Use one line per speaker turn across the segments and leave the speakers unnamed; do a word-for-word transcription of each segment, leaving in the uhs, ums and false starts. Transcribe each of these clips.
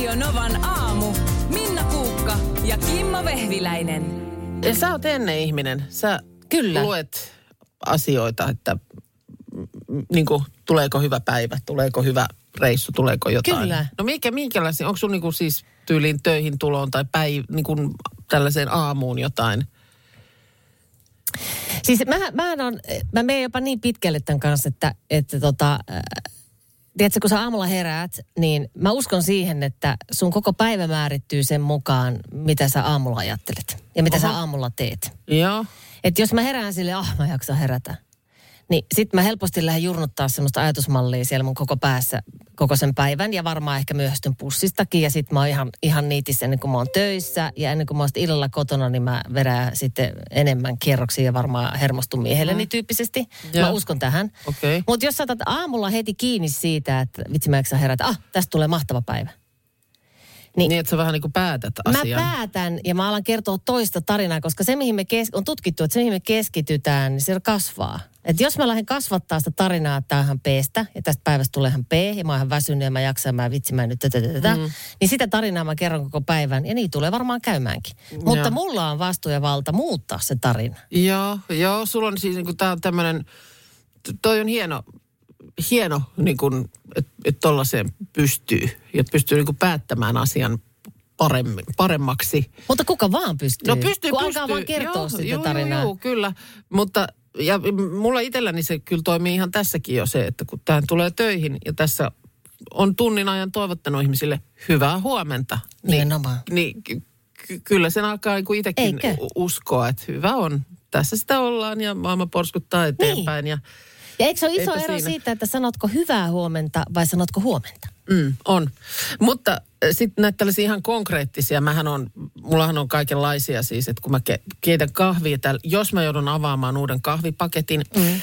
Radio Novan aamu. Minna Kuukka ja Kimmo Vehviläinen.
Ja sä oot ennen ihminen. Sä
Kyllä.
luet asioita, että niin kuin, tuleeko hyvä päivä, tuleeko hyvä reissu, tuleeko jotain.
Kyllä.
No mikä, minkälaisia, onko sun niin kuin siis tyyliin töihin tuloon tai päiv, niin kuin tällaiseen aamuun jotain?
Siis mä, mä, on, mä menen jopa niin pitkälle tämän kanssa, että, että tota, äh, tiedätkö, kun sä aamulla heräät, niin mä uskon siihen, että sun koko päivä määrittyy sen mukaan, mitä sä aamulla ajattelet ja mitä Oho. sä aamulla teet.
Joo.
Että jos mä herään silleen, ah mä jaksan herätä, niin sit mä helposti lähden jurnuttaa semmoista ajatusmallia siellä mun koko päässä koko sen päivän ja varmaan ehkä myöhästyn pussistakin ja sit mä oon ihan, ihan niitissä ennen kuin mä oon töissä ja ennen kuin mä oon illalla kotona, niin mä vedän sitten enemmän kierroksia ja varmaan hermostun miehelleni mm. tyyppisesti. Ja. Mä uskon tähän.
Okay.
Mutta jos sä otat aamulla heti kiinni siitä, että vitsi mä eksä herätä, ah tästä tulee mahtava päivä.
Niin, niin, että sä vähän niin kuin päätät asian.
Mä päätän ja mä alan kertoa toista tarinaa, koska se, mihin me kes- on tutkittu, että se, mihin me keskitytään, niin se kasvaa. Että jos mä lähden kasvattaa sitä tarinaa, että tämähän peestä, ja tästä päivästä tulee ihan P, ja mä oon ihan väsynyt, ja mä jaksan, ja mä vitsi, mä nyt tätä, tätä, mm. niin sitä tarinaa mä kerron koko päivän, ja niin tulee varmaan käymäänkin. Ja. Mutta mulla on vastuu ja valta muuttaa se tarina.
Joo, joo, sulla on siis niin kuin tää on tämmönen, toi on hieno, hieno niin kuin, että et tollaiseen pystyy, ja pystyy niin kuin päättämään asian paremmin, paremmaksi.
Mutta kuka vaan pystyy?
No pystyy,
kun
pystyy.
alkaa vaan kertoa
joo,
sitä
joo,
tarinaa.
Joo, kyllä, mutta ja mulla itselläni se kyllä toimii ihan tässäkin jo se, että kun tähän tulee töihin ja tässä on tunnin ajan toivottanut ihmisille hyvää huomenta.
Nimenomaan.
Niin, niin ky- kyllä sen alkaa niin kuin itsekin Eikö? uskoa, että hyvä on. Tässä sitä ollaan ja maailma porskuttaa eteenpäin. Niin. Ja,
ja eikö se ole iso ero siinä siitä, että sanotko hyvää huomenta vai sanotko huomenta?
Mm, on. Mutta sitten näitä tällaisia ihan konkreettisia, mähän on, mullahan on kaikenlaisia siis, että kun mä ke, keitän kahvia täällä, jos mä joudun avaamaan uuden kahvipaketin, mm.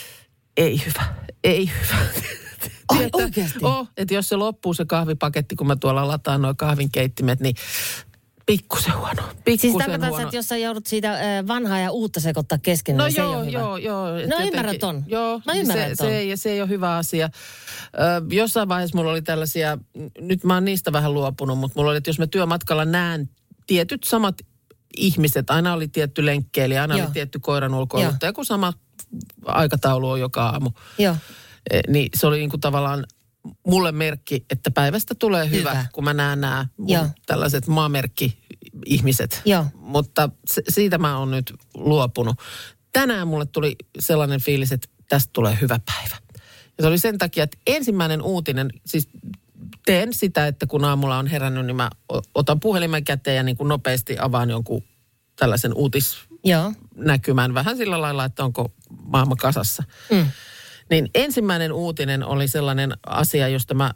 ei hyvä, ei hyvä.
Ai oikeasti?
Oh, että jos se loppuu se kahvipaketti, kun mä tuolla lataan nuo kahvinkeittimet, niin pikkusen huono. Pikkusen
siis tarkoitan, että jos sä joudut siitä vanhaa ja uutta sekoittaa kesken,
no
niin se
joo,
ei ole hyvä.
joo, joo.
No jotenkin, ymmärrän ton.
Joo,
mä ymmärrän
se,
ton.
Se, ei, se ei ole hyvä asia. Ö, jossain vaiheessa mulla oli tällaisia, nyt mä oon niistä vähän luopunut, mutta mulla oli, että jos mä työmatkalla näen tietyt samat ihmiset, aina oli tietty lenkkeilijä, aina joo. oli tietty koiran ulkoiluttaja, kun sama aikataulu on joka aamu.
Joo.
E, niin se oli niin kuin tavallaan mulle merkki, että päivästä tulee hyvä, hyvä. kun mä näen nämä tällaiset maamerkki-ihmiset.
Joo.
Mutta se, siitä mä oon nyt luopunut. Tänään mulle tuli sellainen fiilis, että tästä tulee hyvä päivä. Ja se oli sen takia, että ensimmäinen uutinen, siis teen sitä, että kun aamulla on herännyt, niin mä otan puhelimen käteen ja niin kuin nopeasti avaan jonkun tällaisen uutisnäkymän. Vähän sillä lailla, että onko maailma kasassa. Mm. Niin ensimmäinen uutinen oli sellainen asia, josta mä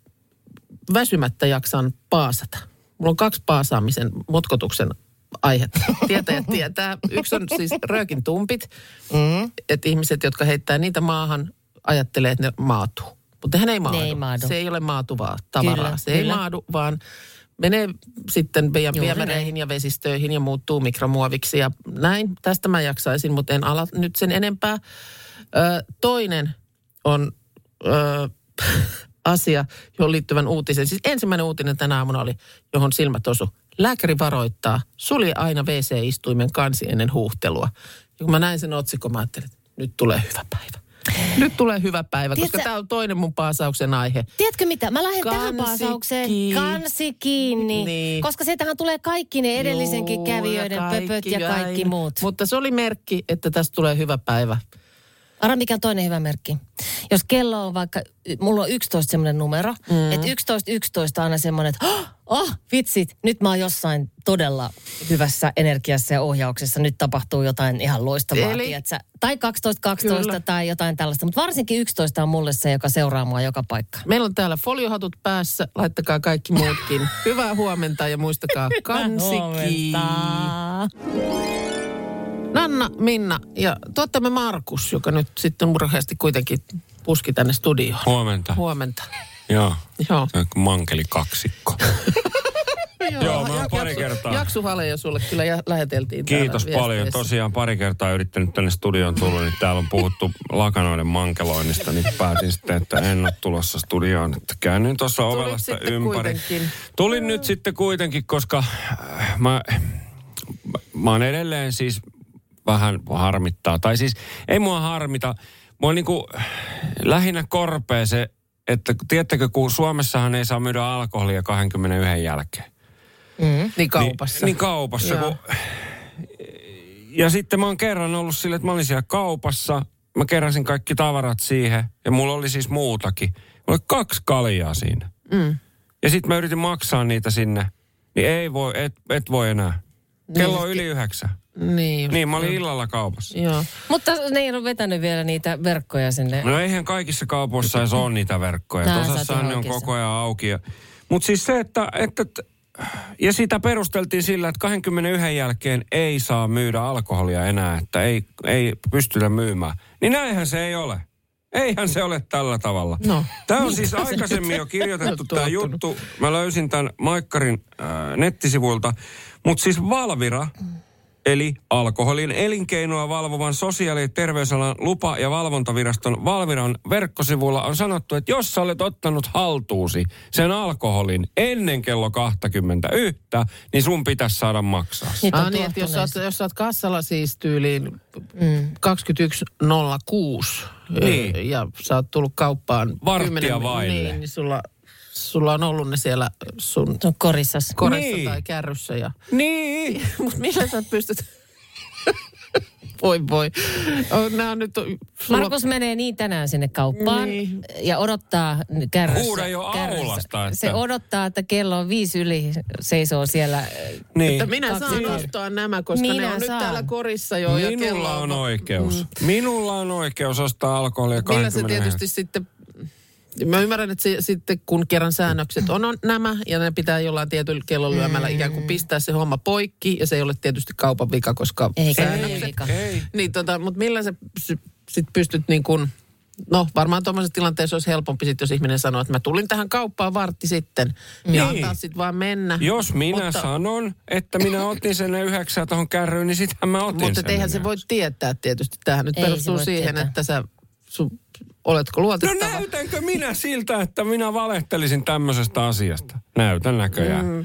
väsymättä jaksan paasata. Mulla on kaksi paasaamisen motkotuksen aihetta. Tietäjät tietää. Yksi on siis röökin tumpit. Mm. Että ihmiset, jotka heittää niitä maahan, ajattelee, että ne maatuu. Mutta hän ei maadu.
ei maadu.
Se ei ole maatuvaa tavaraa.
Kyllä,
se
kyllä.
ei maadu, vaan menee sitten viemäreihin ja vesistöihin ja muuttuu mikromuoviksi ja näin. Tästä mä jaksaisin, mutta en ala nyt sen enempää. Ö, toinen on ö, asia, johon liittyvän uutisen. Siis ensimmäinen uutinen tänä aamuna oli, johon silmät osu. Lääkäri varoittaa, sulje aina W C-istuimen kansi ennen huuhtelua. Ja kun mä näin sen otsikon, mä ajattelin, että nyt tulee hyvä päivä. Nyt tulee hyvä päivä,
Tiedätkö,
koska tämä on toinen mun paasauksen aihe.
Tiedätkö mitä? Mä lähden
Kansi
tähän paasaukseen.
kiinni.
Kansi kiinni. Niin. Koska sieltähän tulee kaikki ne edellisenkin
Juu,
kävijöiden
ja
pöpöt ja kaikki
jäin.
muut.
Mutta se oli merkki, että tästä tulee hyvä päivä.
Arra, mikä on toinen hyvä merkki? Jos kello on vaikka, mulla on yksitoista semmoinen numero, mm. että yksitoista yksitoista on aina semmoinen, että oh, oh, vitsit, nyt mä oon jossain todella hyvässä energiassa ja ohjauksessa. Nyt tapahtuu jotain ihan loistavaa,
Eli,
tiedätkö? Tai kaksitoista kaksitoista kyllä. Tai jotain tällaista. Mutta varsinkin yksitoista on mulle se, joka seuraa mua joka paikka.
Meillä on täällä foliohatut päässä. Laittakaa kaikki muutkin. Hyvää huomenta ja muistakaa kansi kiinni. Nanna, Minna ja tuottamme Markus, joka nyt sitten murheasti kuitenkin puski tänne studioon.
Huomenta.
Huomenta.
Joo.
Joo.
Se on kuin mankeli kaksikko.
joo.
Joo, mä oon pari kertaa.
Jaksuhaleja sulle kyllä jä, läheteltiin.
Kiitos paljon. Tosiaan pari kertaa yrittänyt tänne studioon tulla, niin täällä on puhuttu lakanoiden mankeloinnista, niin päätin sitten, että en ole tulossa studioon. Että käännyin tuossa ovelasta ympäri. Kuitenkin. Tulin nyt sitten kuitenkin, koska mä, mä oon edelleen siis vähän harmittaa. Tai siis ei mua harmita. Mua niinku lähinnä korpee se, että tiedättekö, kun Suomessahan ei saa myydä alkoholia kaksikymmentäyksi jälkeen.
Mm. Niin kaupassa.
Niin, niin kaupassa. Kun, ja sitten mä oon kerran ollut sille, että mä olin siellä kaupassa. Mä keräsin kaikki tavarat siihen. Ja mulla oli siis muutakin. Mulla oli kaksi kaljaa siinä. Mm. Ja sitten mä yritin maksaa niitä sinne. Niin ei voi, et, et voi enää. Kello on yli yhdeksän.
Niin.
Niin, mä olin illalla kaupassa.
Joo. Mutta ne ei ole vetänyt vielä niitä verkkoja sinne.
No eihän kaikissa kaupoissa edes ole niitä verkkoja. Tosassahan ne on koko ajan auki. Mutta siis se, että, että... Ja sitä perusteltiin sillä, että kaksikymmentäyksi jälkeen ei saa myydä alkoholia enää, että ei, ei pystytä myymään. Niin näinhän se ei ole. Eihän se ole tällä tavalla. No, tämä on siis aikaisemmin jo kirjoitettu tämä juttu. Mä löysin tämän Maikkarin äh, nettisivuilta. Mutta siis Valvira, eli alkoholin elinkeinoa valvovan sosiaali- ja terveysalan lupa- ja valvontaviraston Valviran verkkosivulla on sanottu, että jos sä olet ottanut haltuusi sen alkoholin ennen kello kaksikymmentäyksi, niin sun pitäisi saada maksaa.
Ah, niin, että jos sä, oot, jos sä oot kassalla siis tyyliin mm. kaksikymmentäyksi nolla kuusi niin. Ja sä oot tullut kauppaan
varttia vaille,
niin, niin sulla... Sulla on ollut ne siellä sun
korissas.
korissa niin. Tai kärryssä. Ja...
Niin.
Mutta millä sä pystyt... voi voi. Oh, nää on nyt... Sulla...
Markus menee niin tänään sinne kauppaan niin. Ja odottaa kärryssä.
Huuda jo aulasta. Että...
Se odottaa, että kello on viisi yli, seisoo siellä.
Niin. Että minä saan ostaa nämä, koska minä ne on saan. Nyt täällä korissa jo.
Minulla
ja kello
on oikeus. Mm. Minulla on oikeus ostaa alkoholia kaksikymmentä.
Millä se tietysti sitten... Mä ymmärrän, että se, sitten kun kerran säännökset on, on nämä ja ne pitää jollain tietyllä kellonlyömällä mm. ikään kuin pistää se homma poikki ja se ei ole tietysti kaupan vika, koska
Eikä
säännökset.
Vika.
Ei. Niin tota, mutta millä sä sitten pystyt niin kuin, no varmaan tuommoisessa tilanteessa olisi helpompi sitten, jos ihminen sanoo, että mä tulin tähän kauppaan vartti sitten niin. Ja antaa sitten vaan mennä.
Jos minä mutta, sanon, että minä otin sen yhdeksää tuohon kärryyn, niin sitähän mä otin
mutta
sen.
eihän se voi tietää tietysti. Tämähän nyt ei perustuu siihen, tietää. Että sä... Sun, oletko luotettava?
No näytänkö minä siltä, että minä valehtelisin tämmöisestä asiasta? Näytän näköjään. Mm.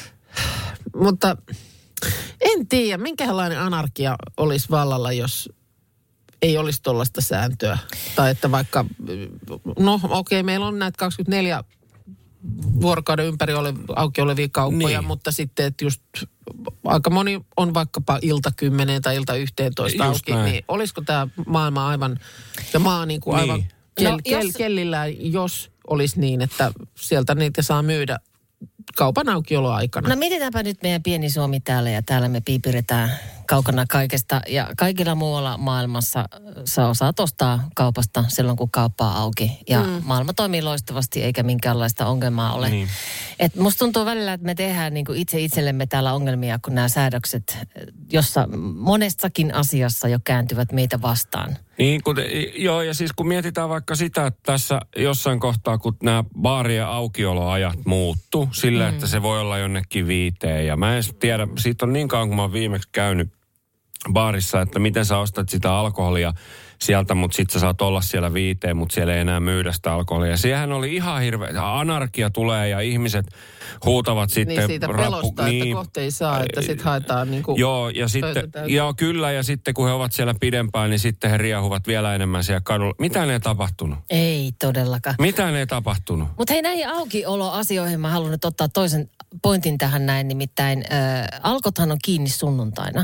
Mutta en tiedä, minkälainen anarkia olisi vallalla, jos ei olisi tuollaista sääntöä. Tai että vaikka, no okei, okay, meillä on näitä kaksikymmentäneljä vuorokauden ympäri ole, auki olevia kauppoja, niin. Mutta sitten, että just aika moni on vaikkapa ilta kymmeneen tai ilta yhteentoista auki, näin. Niin olisiko tämä maailma aivan, ja maa niin kuin aivan niin. Kel, no, kel, jos... kellillään, jos olisi niin, että sieltä niitä saa myydä kaupan aukioloaikana.
No mietitäänpä nyt meidän pieni Suomi täällä ja täällä me piipiretään kaukana kaikesta ja kaikilla muualla maailmassa sä osaat ostaa kaupasta silloin, kun kauppa on auki. Ja mm. maailma toimii loistavasti eikä minkäänlaista ongelmaa ole. Niin. Et musta tuntuu välillä, että me tehdään niinku itse itsellemme täällä ongelmia, kun nämä säädökset, jossa monestakin asiassa jo kääntyvät meitä vastaan.
Niin, kun, joo, ja siis kun mietitään vaikka sitä, että tässä jossain kohtaa, kun nämä baarien aukioloajat muuttuu, sillä, mm. että se voi olla jonnekin viiteen. Ja mä en tiedä, siitä on niin kauan, kun mä oon viimeksi käynyt baarissa, että miten sä ostat sitä alkoholia sieltä, mutta sit sä saat olla siellä viiteen, mutta siellä ei enää myydä sitä alkoholia. Siihen oli ihan hirveä, anarkia tulee ja ihmiset huutavat sitten...
Niin siitä rappu, pelosta, niin, että kohta ei saa, että sit haetaan niin kuin...
Joo, ja sitten, joo kyllä, ja sitten kun he ovat siellä pidempään, niin sitten he riehuvat vielä enemmän siellä kadulla. Mitä ei tapahtunut?
Ei todellakaan.
Mitä ei tapahtunut?
Mutta hei, näihin aukioloasioihin mä haluan nyt ottaa toisen pointin tähän näin, nimittäin äh, Alkothan on kiinni sunnuntaina.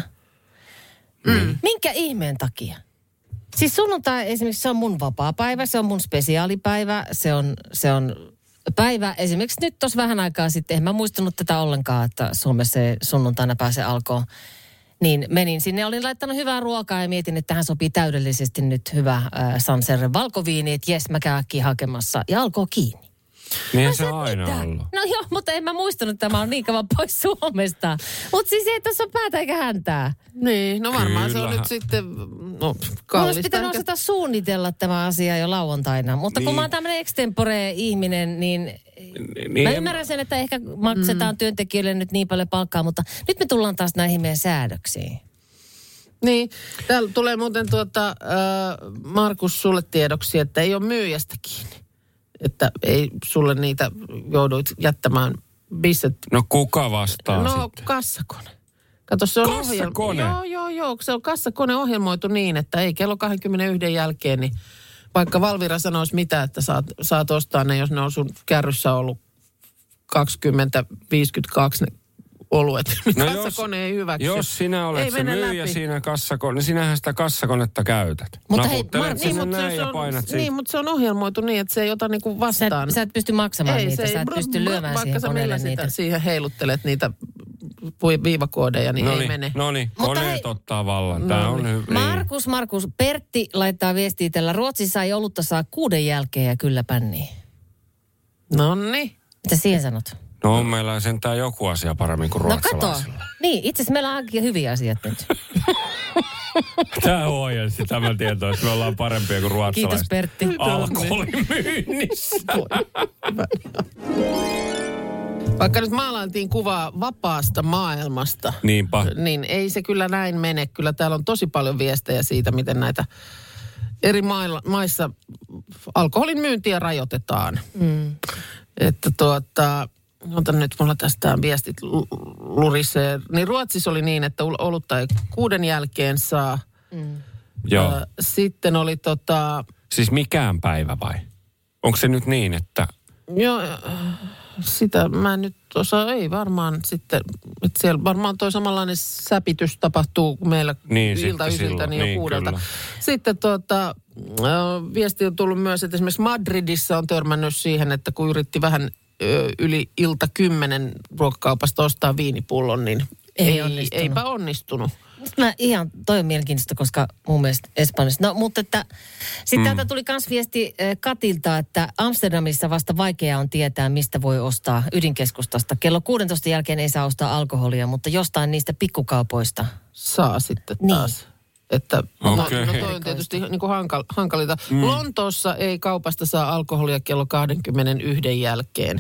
Mm. Minkä ihmeen takia? Siis sunnuntai esimerkiksi se on mun vapaa-päivä, se on mun spesiaalipäivä, se on, se on päivä. Esimerkiksi nyt tuossa vähän aikaa sitten, en mä muistanut tätä ollenkaan, että Suomessa se sunnuntaina pääsee alkoon. Niin menin sinne, olin laittanut hyvää ruokaa ja mietin, että tähän sopii täydellisesti nyt hyvä äh, Sanserren valkoviini, että jes mä käyn äkkiä hakemassa ja alkoi kiinni.
Niinhän se aina mitä? Ollut.
No joo, mutta en mä muistanut, että mä oon niin kauan pois Suomesta. Mutta siis ei tässä ole päätä eikä häntää.
Niin, no varmaan Kyllähän. Se on nyt sitten no, kallista.
Olisi pitänyt osata suunnitella tämä asia jo lauantaina. Mutta niin. Kun mä oon tämmöinen extempore-ihminen, niin
Niin,
Mä ymmärrän sen, että ehkä maksetaan mm. työntekijöille nyt niin paljon palkkaa, mutta nyt me tullaan taas näihin meidän säädöksiin.
Niin, täällä tulee muuten tuota, äh, Markus sulle tiedoksi, että ei ole myyjästä kiinni. Että ei sulle niitä jouduit jättämään bisset.
No kuka vastaa
no,
sitten?
No kassakone. Kato, se on
kassakone?
Ohjel... Joo, joo, joo. Se on kassakone ohjelmoitu niin, että ei kello kaksikymmentäyksi jälkeen, niin vaikka Valvira sanoisi mitä, että saat, saat ostaa ne, jos ne on sun kärryssä ollut kaksikymmentä viisikymmentäkaksi ne oluet. No kassakone
jos,
ei hyväksy.
Jos sinä olet
ei
se myyjä läpi. Siinä kassakone, niin sinähän sitä kassakonetta käytät.
Mutta hei,
Naputtelet
niin,
sinne
mutta
näin
se
ja
on,
painat
niin, mutta se on ohjelmoitu niin, että se ei ota niinku vastaan.
Sä, sä et pysty maksamaan
ei,
niitä, sä et pysty lyömään siihen koneelle niitä.
Sitä, siihen heiluttelet niitä viivakoodeja, niin
noniin,
ei mene.
No niin, koneet hei, ottaa vallan. Tää on hyvä.
Markus, Markus, Pertti laittaa viestiä tällä. Ruotsissa ei olutta saa kuuden jälkeen ja kyllä pänniin.
Nonni.
Mitä siihen sanot?
No on meillä sentään joku asia paremmin kuin ruotsalaisilla.
No kato. Niin, itse asiassa meillä onkin hyviä asiat nyt.
Tämä huojensi tämä tieto, että me ollaan parempia kuin ruotsalaiset.
Kiitos Pertti.
Alkoholin myynnissä.
Vaikka nyt maalailtiin kuvaa vapaasta maailmasta,
Niinpä.
niin ei se kyllä näin mene. Kyllä täällä on tosi paljon viestejä siitä, miten näitä eri mailla, maissa alkoholin myyntiä rajoitetaan. Mm. Että tuota, otan nyt, mulla tästä viestit lurisee. Niin Ruotsissa oli niin, että olutta ei kuuden jälkeen saa.
Mm.
Joo.
Äh, sitten oli tota...
Siis mikään päivä vai? Onko se nyt niin, että...
Joo, sitä mä en nyt osaa, ei varmaan sitten, että siellä varmaan toi samanlainen säpitys tapahtuu meillä
niin,
ilta ysiltä, niin jo
niin,
kuudelta.
Kyllä.
Sitten tuota, viesti on tullut myös, että esimerkiksi Madridissa on törmännyt siihen, että kun yritti vähän ö, yli ilta kymmenen ruokakaupasta ostaa viinipullon, niin
ei
ei,
onnistunut.
eipä onnistunut.
Mä ihan, toi on mielenkiintoista, koska mun mielestä Espanjassa. No, mutta että sitten mm. täältä tuli kans viesti äh, Katilta, että Amsterdamissa vasta vaikea on tietää, mistä voi ostaa ydinkeskustasta. Kello kuudentoista jälkeen ei saa ostaa alkoholia, mutta jostain niistä pikkukaupoista.
Saa sitten taas. Niin. Että, okay. no, no toi on tietysti niin kuin hankal, hankalita. Mm. Lontoossa ei kaupasta saa alkoholia kello kaksikymmentäyksi jälkeen.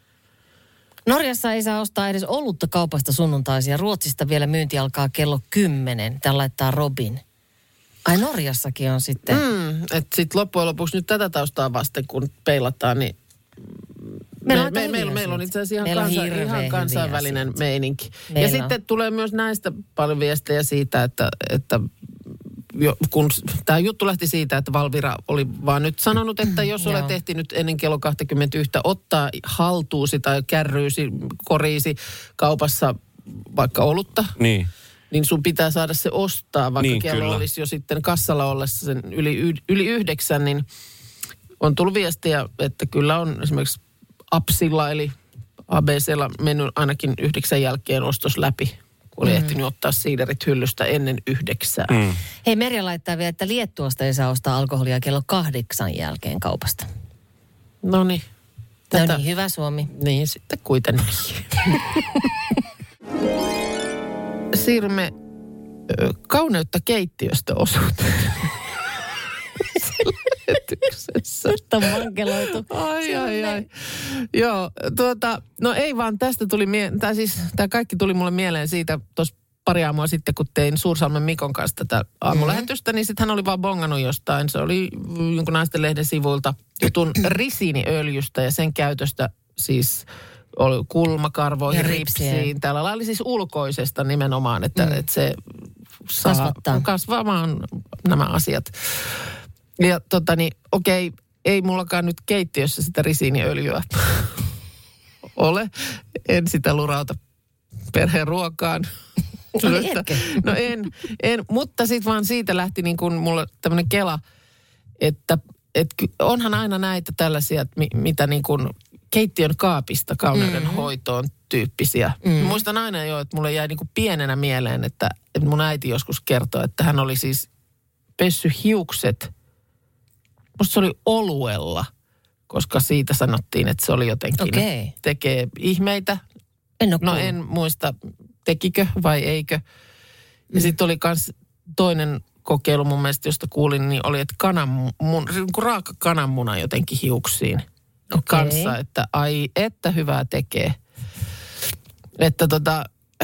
Norjassa ei saa ostaa edes olutta kaupasta sunnuntaisin. Ruotsista vielä myynti alkaa kello kymmenen. Täällä laittaa Robin. Ai Norjassakin on sitten.
Mm, että sitten loppujen lopuksi nyt tätä taustaa vasten, kun peilataan, niin
meillä
me, me, meillä, meillä on itse asiassa ihan, kansa, ihan kansainvälinen meininki.
Meillä
ja
on.
sitten tulee myös näistä paljon viestejä siitä, että, että jo, kun tämä juttu lähti siitä, että Valvira oli vaan nyt sanonut, että jos olet ehtinyt ennen kello kaksikymmentäyksi ottaa haltuusi tai kärryysi, koriisi kaupassa vaikka olutta,
niin,
niin sun pitää saada se ostaa, vaikka
niin,
kello
kyllä.
olisi jo sitten kassalla ollessa sen yli, yli yhdeksän, niin on tullut viestiä, että kyllä on esimerkiksi Apsilla eli A B C:llä mennyt ainakin yhdeksän jälkeen ostos läpi. Oli mm. ehtinyt ottaa siiderit hyllystä ennen yhdeksää. Mm.
Hei, Merja laittaa vielä, että Liettuasta ei saa ostaa alkoholia kello kahdeksan jälkeen kaupasta.
Noniin.
Tätä... No niin, hyvä Suomi.
Niin, sitten kuitenkin. Siirrymme ö, kauneutta keittiöstä osuuteen. Lähetyksessä.
Nyt on vankeloitu.
Ai, ai, ai. Joo, tuota, no ei vaan tästä tuli, mie- tai siis tämä kaikki tuli mulle mieleen siitä tuossa pari aamua sitten, kun tein Suursalmen Mikon kanssa tätä aamulähetystä, mm-hmm. niin sitten hän oli vaan bongannut jostain. Se oli jonkun naisten lehden sivuilta jutun risiiniöljystä ja sen käytöstä siis oli kulmakarvoihin, ripsiin. Tällä lailla siis ulkoisesta nimenomaan, että, mm. että se saa
kasvattaa
kasvamaan nämä asiat. Ja tota niin, okei, ei mullakaan nyt keittiössä sitä risiiniöljyä ole. En sitä lurauta perheen ruokaan.
No,
no en, en, mutta sitten vaan siitä lähti niin kuin mulla tämmöinen kela, että et onhan aina näitä tällaisia, mitä niin kuin keittiön kaapista kauneuden mm-hmm. hoitoon tyyppisiä. Mm-hmm. Muistan aina jo, että mulle jäi niin kuin pienenä mieleen, että, että mun äiti joskus kertoi, että hän oli siis pessy hiukset. Musta se oli oluella, koska siitä sanottiin, että se oli jotenkin,
okay.
tekee ihmeitä.
En ole
no
kuullut.
en muista, tekikö vai eikö. Ja mm. sitten oli myös toinen kokeilu mun mielestä, josta kuulin, niin oli, että kananmun, raaka kananmuna jotenkin hiuksiin. okay. kanssa, että ai, että hyvää tekee. Että tota,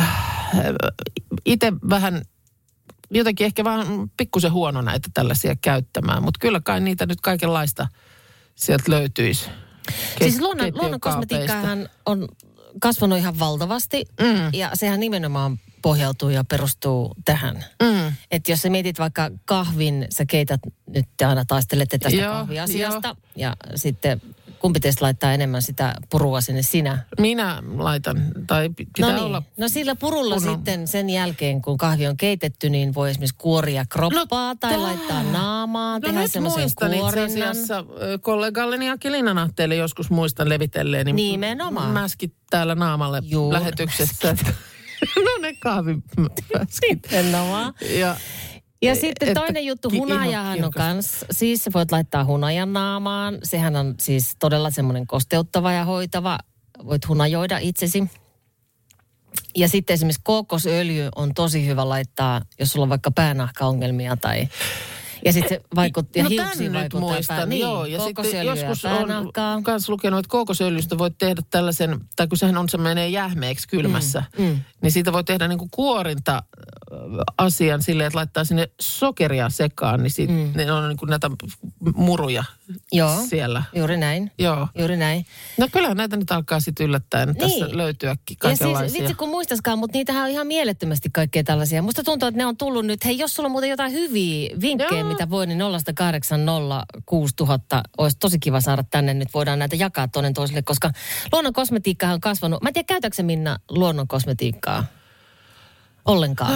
itse vähän, jotenkin ehkä vähän pikkusen huono näitä tällaisia käyttämään, mutta kyllä kai niitä nyt kaikenlaista sieltä löytyisi. Ke-
siis luonnon, luonnon kosmetiikkahan on kasvanut ihan valtavasti mm. ja sehän nimenomaan pohjautuu ja perustuu tähän. Mm. Että jos sä mietit vaikka kahvin, sä keität, nyt te aina taistelette tästä joo, kahviasiasta jo. Ja sitten kumpi teistä laittaa enemmän sitä purua sinne, sinä?
Minä laitan, tai pitää
no niin.
olla...
No sillä purulla
kunnon.
Sitten sen jälkeen, kun kahvi on keitetty, niin voi esimerkiksi kuoria kroppaa no, tai tää. laittaa naamaa, no tehdä semmoisen kuorinnan. No nyt muistan
kollegalleni Aki Linnanahteelle joskus muistan levitelleen. Niin
nimenomaan.
Mäskit täällä naamalle Juur. lähetyksessä. No ne kahvimäskit.
Nimenomaan.
Ja...
Ja sitten toinen juttu, hunajahan on kans, siis sä voit laittaa hunajan naamaan. Sehän on siis todella semmoinen kosteuttava ja hoitava. Voit hunajoida itsesi. Ja sitten esimerkiksi kookosöljy on tosi hyvä laittaa, jos sulla on vaikka päänahkaongelmia tai... Ja sitten se vaikuttaa, ja
no
hiuksiin vaikuttaa.
Muistan,
niin,
joo. Ja sitten joskus
päänahkaa.
on myös lukenut, että kookosöljystä voit tehdä tällaisen, tai kun sehän on, se menee jähmeeksi kylmässä, mm, mm. niin siitä voi tehdä niin kuin kuorinta asian silleen, että laittaa sinne sokeria sekaan, niin siitä, mm. ne on niin kuin näitä muruja
joo,
siellä.
Juuri näin.
Joo.
Juuri näin.
No kyllä näitä nyt alkaa sitten yllättäen niin. Tässä löytyäkin kaikenlaisia.
Ja siis vitsi kun muistaskaan, mutta niitähän on ihan mielettömästi kaikkea tällaisia. Musta tuntuu, että ne on tullut nyt, hei jos sulla on muuten jotain hyviä vinkkejä, joo. mitä voi, niin nolla kahdeksan nolla kuusi tuhatta olisi tosi kiva saada tänne. Nyt voidaan näitä jakaa toinen toiselle, koska luonnon kosmetiikkahan on kasvanut. Mä en tiedä, käytätkö sä Minna luonnon kosmetiikkaa? Ollenkaan.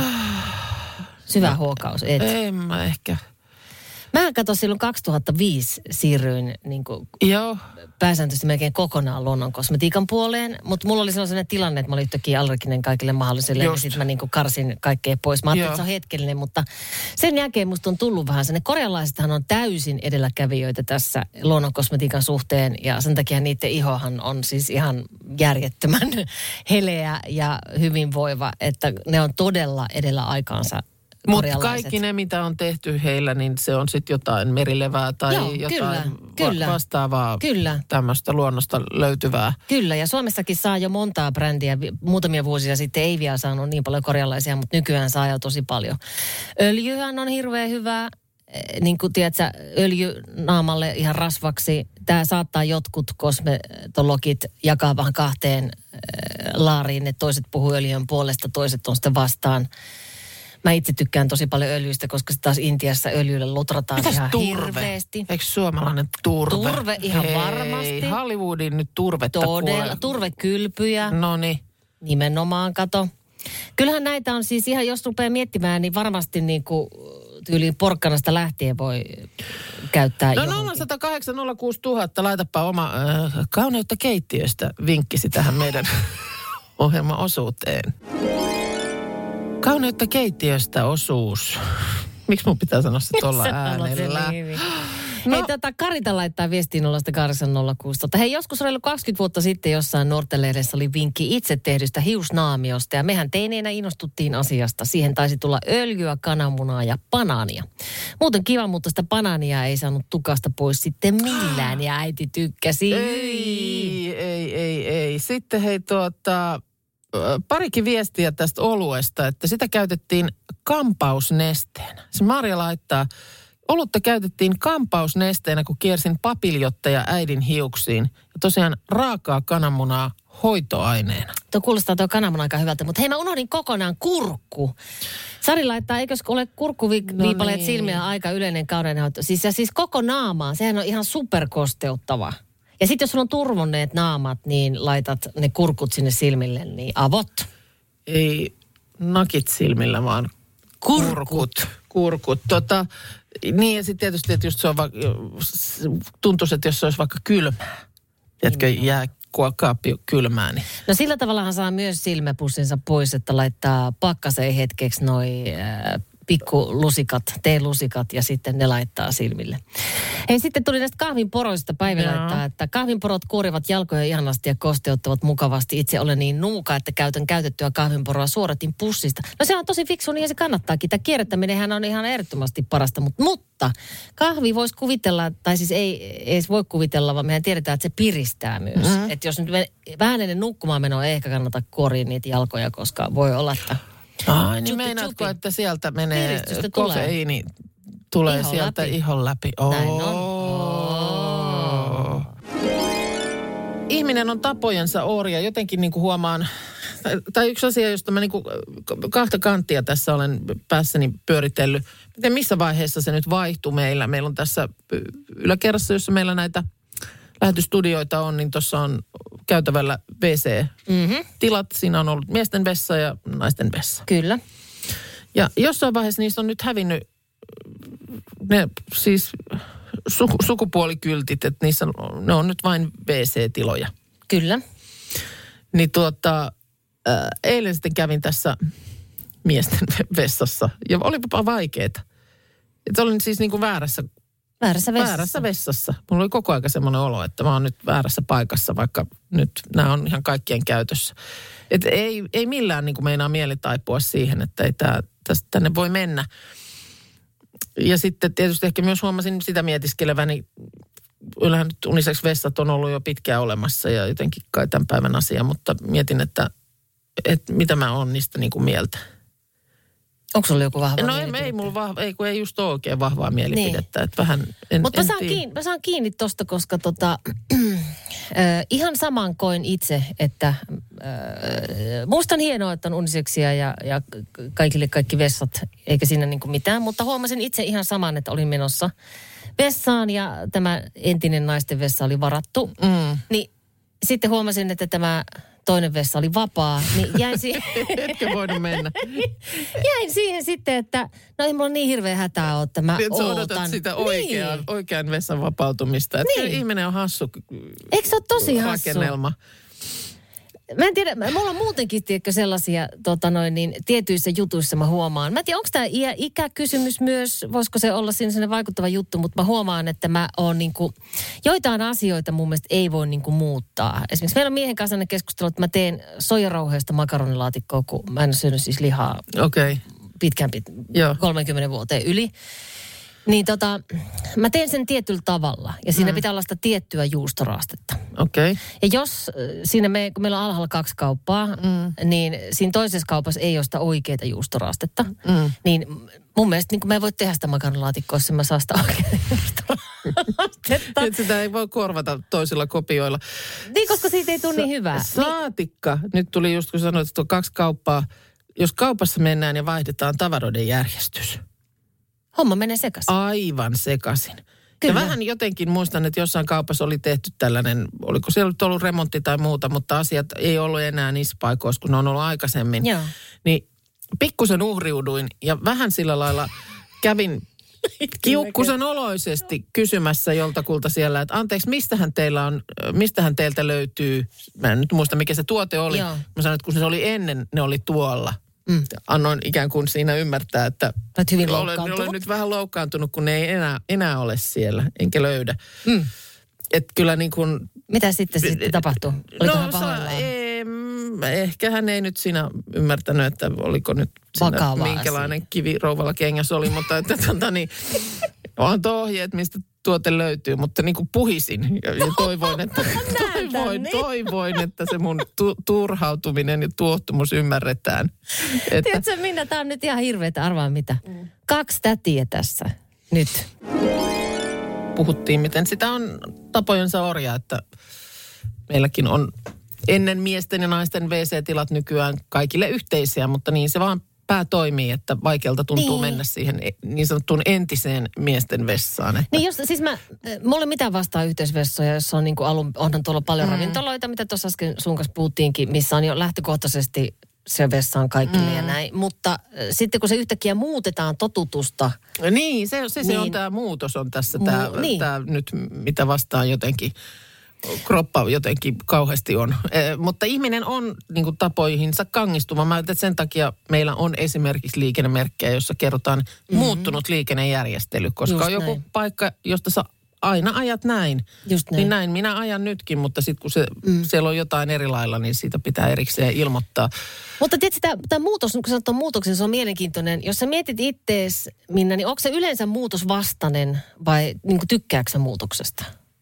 Syvä no, huokaus, et.
En mä ehkä.
Mä katsoin silloin kaksituhattaviisi siirryin niin kuin
joo.
pääsääntöisesti melkein kokonaan luonnon kosmetiikan puoleen. Mutta mulla oli sellainen tilanne, että mä olin yhtäkkiä allerginen kaikille mahdollisille. Just. Ja sitten mä niin kuin karsin kaikkea pois. Mä ajattelin, että se on hetkellinen, mutta sen jälkeen musta on tullut vähän sellainen. Korealaisethan on täysin edelläkävijöitä tässä luonnon kosmetiikan suhteen. Ja sen takia niiden ihohan on siis ihan järjettömän heleä ja hyvinvoiva. Että ne on todella edellä aikaansa.
Mutta kaikki ne, mitä on tehty heillä, niin se on sitten jotain merilevää tai joo, jotain
kyllä,
va-
kyllä,
vastaavaa
kyllä.
tämmöistä luonnosta löytyvää.
Kyllä, ja Suomessakin saa jo montaa brändiä. Muutamia vuosia sitten ei vielä saanut niin paljon korealaisia, mutta nykyään saa jo tosi paljon. Öljyhän on hirveän hyvä, niin kuin tiedätkö, öljy naamalle ihan rasvaksi. Tämä saattaa jotkut kosmetologit jakaa vähän kahteen laariin, että toiset puhuu öljyn puolesta, toiset on sitten vastaan. Mä itse tykkään tosi paljon öljyistä, koska se taas Intiassa öljyllä lutrataan mitäs ihan turve? Hirveästi.
Eikö suomalainen turve?
Turve ihan
Hei,
varmasti.
Hollywoodin nyt turvetta
todella.
Kuule.
Turvekylpyjä.
Noniin.
Nimenomaan, kato. Kyllähän näitä on siis ihan, jos rupeaa miettimään, niin varmasti niin kuin tyyliin porkkanasta lähtien voi käyttää
no nolla yksi kahdeksan nolla kuusi tuhatta, laitapa oma äh, kauneutta keittiöstä vinkkisi tähän meidän ohjelmaosuuteen. Kauneutta keittiöstä osuus. Miksi mun pitää sanoa se tuolla äänellä?
No. Hei, tota, Karita laittaa viestiin nolla kahdeksan nolla kuusi. Hei, joskus reilu kaksikymmentä vuotta sitten jossain Nuorten-lehdessä oli vinkki itse tehdystä hiusnaamiosta. Ja mehän teineenä innostuttiin asiasta. Siihen taisi tulla öljyä, kananmunaa ja banaania. Muuten kiva, mutta sitä banaania ei saanut tukasta pois sitten millään. Ja äiti tykkäsi.
Ei, ei, ei, ei. Sitten hei tuota... parikin viestiä tästä oluesta, että sitä käytettiin kampausnesteenä. Se Marja laittaa, olutta käytettiin kampausnesteenä, kun kiersin papiljotteja äidin hiuksiin. Ja tosiaan raakaa kananmunaa hoitoaineena.
Tuo kuulostaa tuo kananmuna aika hyvältä, mutta hei mä unohdin kokonaan kurkku. Sari laittaa, eikös ole kurkkuviipaleet no niin. silmiä aika yleinen kaudenhoito. Siis, ja siis koko naamaa, sehän on ihan superkosteuttava. Ja sitten jos sulla on turvonneet naamat, niin laitat ne kurkut sinne silmille, niin avot.
Ei nakit silmillä, vaan kurkut. Kurkut. kurkut. Tota, niin ja sitten tietysti, että just se on va- tuntuisi, että jos se olisi vaikka kylmää. Tiedätkö, jää kaappi kylmää. Niin.
No sillä tavallahan saa myös silmäpussinsa pois, että laittaa pakkaseen hetkeksi noi äh, pikku lusikat, teelusikat ja sitten ne laittaa silmille. Hei, sitten tuli näistä kahvinporoista. Päivi
Joo.
laittaa, että kahvinporot kuorivat jalkoja ihanasti ja kosteuttavat mukavasti. Itse olen niin nuuka, että käytän käytettyä kahvinporoa suoratin pussista. No se on tosi fiksu, niin se kannattaakin. Tämä kierrättäminenhän on ihan ehdottomasti parasta, mutta, mutta kahvi voisi kuvitella, tai siis ei, ei edes voi kuvitella, vaan mehän tiedetään, että se piristää myös. Mm-hmm. Että jos nyt vähän ennen nukkumaan menoa ei ehkä kannata kuoria niitä jalkoja, koska voi olla, että...
Ai, niin
Jupi,
meinaatko,
jupi.
että sieltä menee
Piristystä tulee.
kofeiini, tulee
Ihon
sieltä
läpi.
ihon läpi. Oh.
Näin on. Oh.
Ihminen on tapojensa orja. Jotenkin niin kuin huomaan, tai, tai yksi asia, josta mä niin kuin kahta kanttia tässä olen päässäni pyöritellyt. Miten missä vaiheessa se nyt vaihtui meillä? Meillä on tässä yläkerrassa, jossa meillä näitä lähetystudioita on, niin tuossa on käytävällä W C-tilat.
Mm-hmm.
Siinä on ollut miesten vessa ja naisten vessa.
Kyllä.
Ja jossain vaiheessa niistä on nyt hävinnyt ne siis su, sukupuolikyltit, että niissä ne on nyt vain W C-tiloja.
Kyllä.
Niin tuota, ää, eilen sitten kävin tässä miesten vessassa ja olipa vaikeeta. Että olin siis niin kuin väärässä,
Väärässä vessassa.
väärässä vessassa. Mulla oli koko ajan semmoinen olo, että mä oon nyt väärässä paikassa, vaikka nyt nämä on ihan kaikkien käytössä. Että ei, ei millään niin kuin meinaa mieli taipua siihen, että ei tää, tästä, tänne voi mennä. Ja sitten tietysti ehkä myös huomasin sitä mietiskeleväni, yllähän nyt uniseksi vessat on ollut jo pitkään olemassa ja jotenkin kai tämän päivän asia, mutta mietin, että, että mitä mä oon niistä niin kuin mieltä.
Onko sulla joku vahva
No ei,
mielipide?
ei mulla vahva, ei kun ei just ole oikein vahvaa mielipidettä, niin. Että vähän en,
Mutta mä,
en
saan
tiedä.
kiinni, mä saan kiinni tosta, koska tota, äh, ihan saman koin itse, että äh, musta on hienoa, että on uniseksia ja, ja kaikille kaikki vessat, eikä siinä niinku mitään, mutta huomasin itse ihan saman, että olin menossa vessaan ja tämä entinen naisten vessa oli varattu.
Mm.
Niin sitten huomasin, että tämä toinen vessa oli vapaa, niin jäin siihen...
Etkö voinut mennä?
Jäin siihen sitten, että no ei mulla niin hirveä hätää ole, että mä
Niin, että sä
ootan.
odotat sitä oikean,
Niin.
oikean vessan vapautumista. Että
Niin.
ihminen on hassu
Eikö se ole tosi hassu?
rakennelma.
Mä en tiedä, mulla on muutenkin tiedätkö, sellaisia tota noin, niin, tietyissä jutuissa mä huomaan. Mä en tiedä, onko tämä iä, ikäkysymys myös, voisiko se olla siinä sellainen vaikuttava juttu, mutta mä huomaan, että mä oon niinku, joitain asioita mun mielestä ei voi niinku muuttaa. Esimerkiksi meillä on miehen kanssa ne keskustelut, että mä teen soijarauheesta makaronilaatikkoa, kun mä en ole syönyt siis lihaa
Okei. Okay.
pitkään, pit,
Joo.
kolmekymmentä vuoteen yli. Niin tota, mä teen sen tietyllä tavalla ja siinä mm. pitää olla sitä tiettyä juustoraastetta.
Okei. Okay.
Ja jos äh, siinä me, kun meillä on alhaalla kaksi kauppaa, mm. niin siinä toisessa kaupassa ei ole sitä oikeaa juustoraastetta. Mm. Niin mun mielestä niin kun mä en voi tehdä sitä makaronilaatikkoa, jos mä saa sitä oikeaa juustoraastetta.
Nyt sitä ei voi korvata toisilla kopioilla.
Niin, koska siitä ei tule niin hyvää.
Saatikka. Nyt tuli just kun sanoit, että on kaksi kauppaa. Jos kaupassa mennään ja vaihdetaan tavaroiden järjestys.
Homma menee sekaisin.
Aivan sekaisin.
Kyllä.
Ja vähän jotenkin muistan, että jossain kaupassa oli tehty tällainen, oliko siellä nyt ollut remontti tai muuta, mutta asiat ei ollut enää niissä paikoissa, kun ne on ollut aikaisemmin.
Joo.
Niin pikkusen uhriuduin ja vähän sillä lailla kävin kiukkusen oloisesti kysymässä joltakulta siellä, että anteeksi, mistähän teillä on, mistähän teiltä löytyy, mä en nyt muista mikä se tuote oli.
Joo.
Mä sanoin, että kun se oli ennen, ne oli tuolla. Mm. Annoin ikään kuin siinä ymmärtää, että
Olet hyvin
olen,
loukkaantunut.
olen nyt vähän loukkaantunut, kun ne ei enää, enää ole siellä, enkä löydä.
Mm.
Että kyllä niin kuin...
Mitä sitten sitten tapahtui? Oliko
no,
hän pahoillaan?
Em, ehkä hän ei nyt siinä ymmärtänyt, että oliko nyt siinä,
Vakava
minkälainen
asia.
kivi rouvalla kengäs oli, mutta että tota niin, onhan ohjeet, mistä tuote löytyy, mutta niin kuin puhisin ja, ja toivoin, että, toivoin,
niin.
toivoin, että se mun tu, turhautuminen ja tuohtumus ymmärretään. Että,
Tiedätkö Minna, tää on nyt ihan hirveetä, arvaa mitä. Mm. Kaksi tätiä tässä nyt.
puhuttiin, miten sitä on tapojensa orja, että meilläkin on ennen miesten ja naisten W C-tilat nykyään kaikille yhteisiä, mutta niin se vaan pää toimii, että vaikealta tuntuu
niin.
mennä siihen niin sanottuun entiseen miesten vessaan. Että.
Niin just, siis mä, mulla ei mitään vastaa yhteisvessoja, jossa on niin kuin alun, onhan tuolla paljon mm. ravintoloita, mitä tuossa äsken sun kanssa puhuttiinkin, missä on jo lähtökohtaisesti se vessa on kaikille mm. ja näin. Mutta äh, sitten kun se yhtäkkiä muutetaan totutusta.
Niin, se, se, se
niin,
on tämä muutos on tässä,
Mu-
tämä
niin.
nyt mitä vastaan jotenkin kroppa jotenkin kauheasti on. E, mutta ihminen on niin kuin tapoihinsa kangistuva. Mä ajattelin, että sen takia meillä on esimerkiksi liikennemerkkejä, jossa kerrotaan mm-hmm. muuttunut liikennejärjestely, koska just on joku näin. Paikka, josta sä aina ajat näin. Just näin. Niin näin minä ajan nytkin, mutta sitten kun se, mm. siellä on jotain eri lailla, niin siitä pitää erikseen ilmoittaa.
Mutta tiedätkö, tämä muutos, kun sanot tuon muutoksen, se on mielenkiintoinen. Jos sä mietit ittees, Minna, niin onko se yleensä muutosvastainen vai niin kuin tykkääksä sä muutoksesta?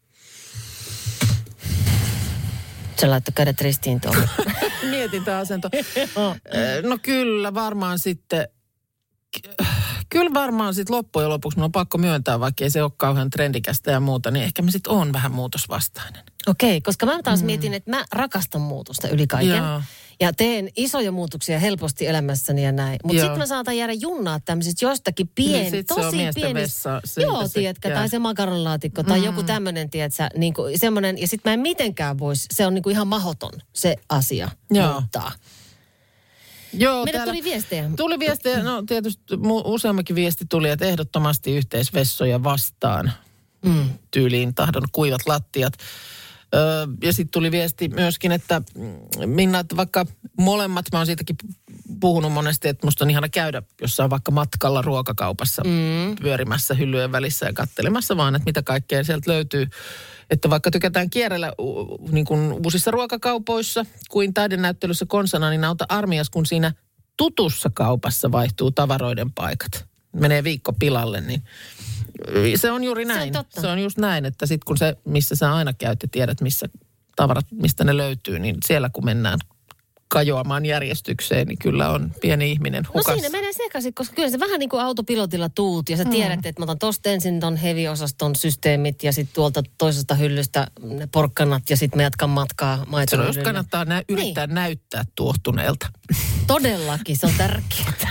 Sä laittoi kädet ristiin tuolla.
Mietin tämä asento. No kyllä, varmaan sitten... Kyllä varmaan sitten loppujen lopuksi, minun on pakko myöntää, vaikka ei se ole kauhean trendikästä ja muuta, niin ehkä mä sitten on vähän muutosvastainen.
Okei, koska mä taas mm. mietin, että mä rakastan muutosta yli kaiken. Jaa. Ja teen isoja muutoksia helposti elämässäni ja näin. Mutta sitten mä saatan jäädä junnaa tämmöisistä jostakin pieni, niin tosi pienistä. Joo, tiedätkö, tai se makaronilaatikko tai mm. joku tämmöinen, tiedätkö, niin kuin semmoinen. Ja sitten mä en mitenkään voisi, se on niin kuin ihan mahdoton se asia Joo. muuttaa.
Joo,
meille tuli viestejä.
Tuli viestejä, no tietysti useammakin viesti tuli, että ehdottomasti yhteisvessoja vastaan mm. tyyliin tahdon kuivat lattiat. Öö, ja sitten tuli viesti myöskin, että Minna, että vaikka molemmat, mä oon siitäkin puhunut monesti, että musta on ihana käydä jossain vaikka matkalla ruokakaupassa mm. pyörimässä hyllyjen välissä ja katselemassa vaan, että mitä kaikkea sieltä löytyy. Että vaikka tykätään kierrellä niin kuin uusissa ruokakaupoissa kuin taidenäyttelyssä konsana, niin auta armias, kun siinä tutussa kaupassa vaihtuu tavaroiden paikat. Menee viikko pilalle, niin se on juuri näin. Se on, se on just näin, että sitten kun se, missä sä aina käyt ja tiedät, missä tavarat, mistä ne löytyy, niin siellä kun mennään kajoamaan järjestykseen, niin kyllä on pieni ihminen hukassa.
No siinä menee sekaisin, koska kyllä se vähän niin kuin autopilotilla tuut ja sä tiedät, mm. että mä otan tosta ensin ton heavy-osaston systeemit ja sitten tuolta toisesta hyllystä ne porkkanat ja sitten me jatkan matkaa maitohyllylle.
Se on, jos kannattaa nä- yrittää niin. näyttää tuohtuneelta.
Todellakin, se on tärkeää.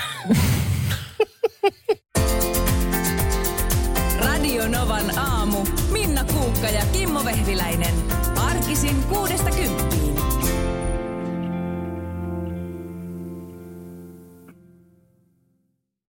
Radio Novan aamu. Minna Kuukka ja Kimmo Vehviläinen. Arkisin kuudesta kymppiin.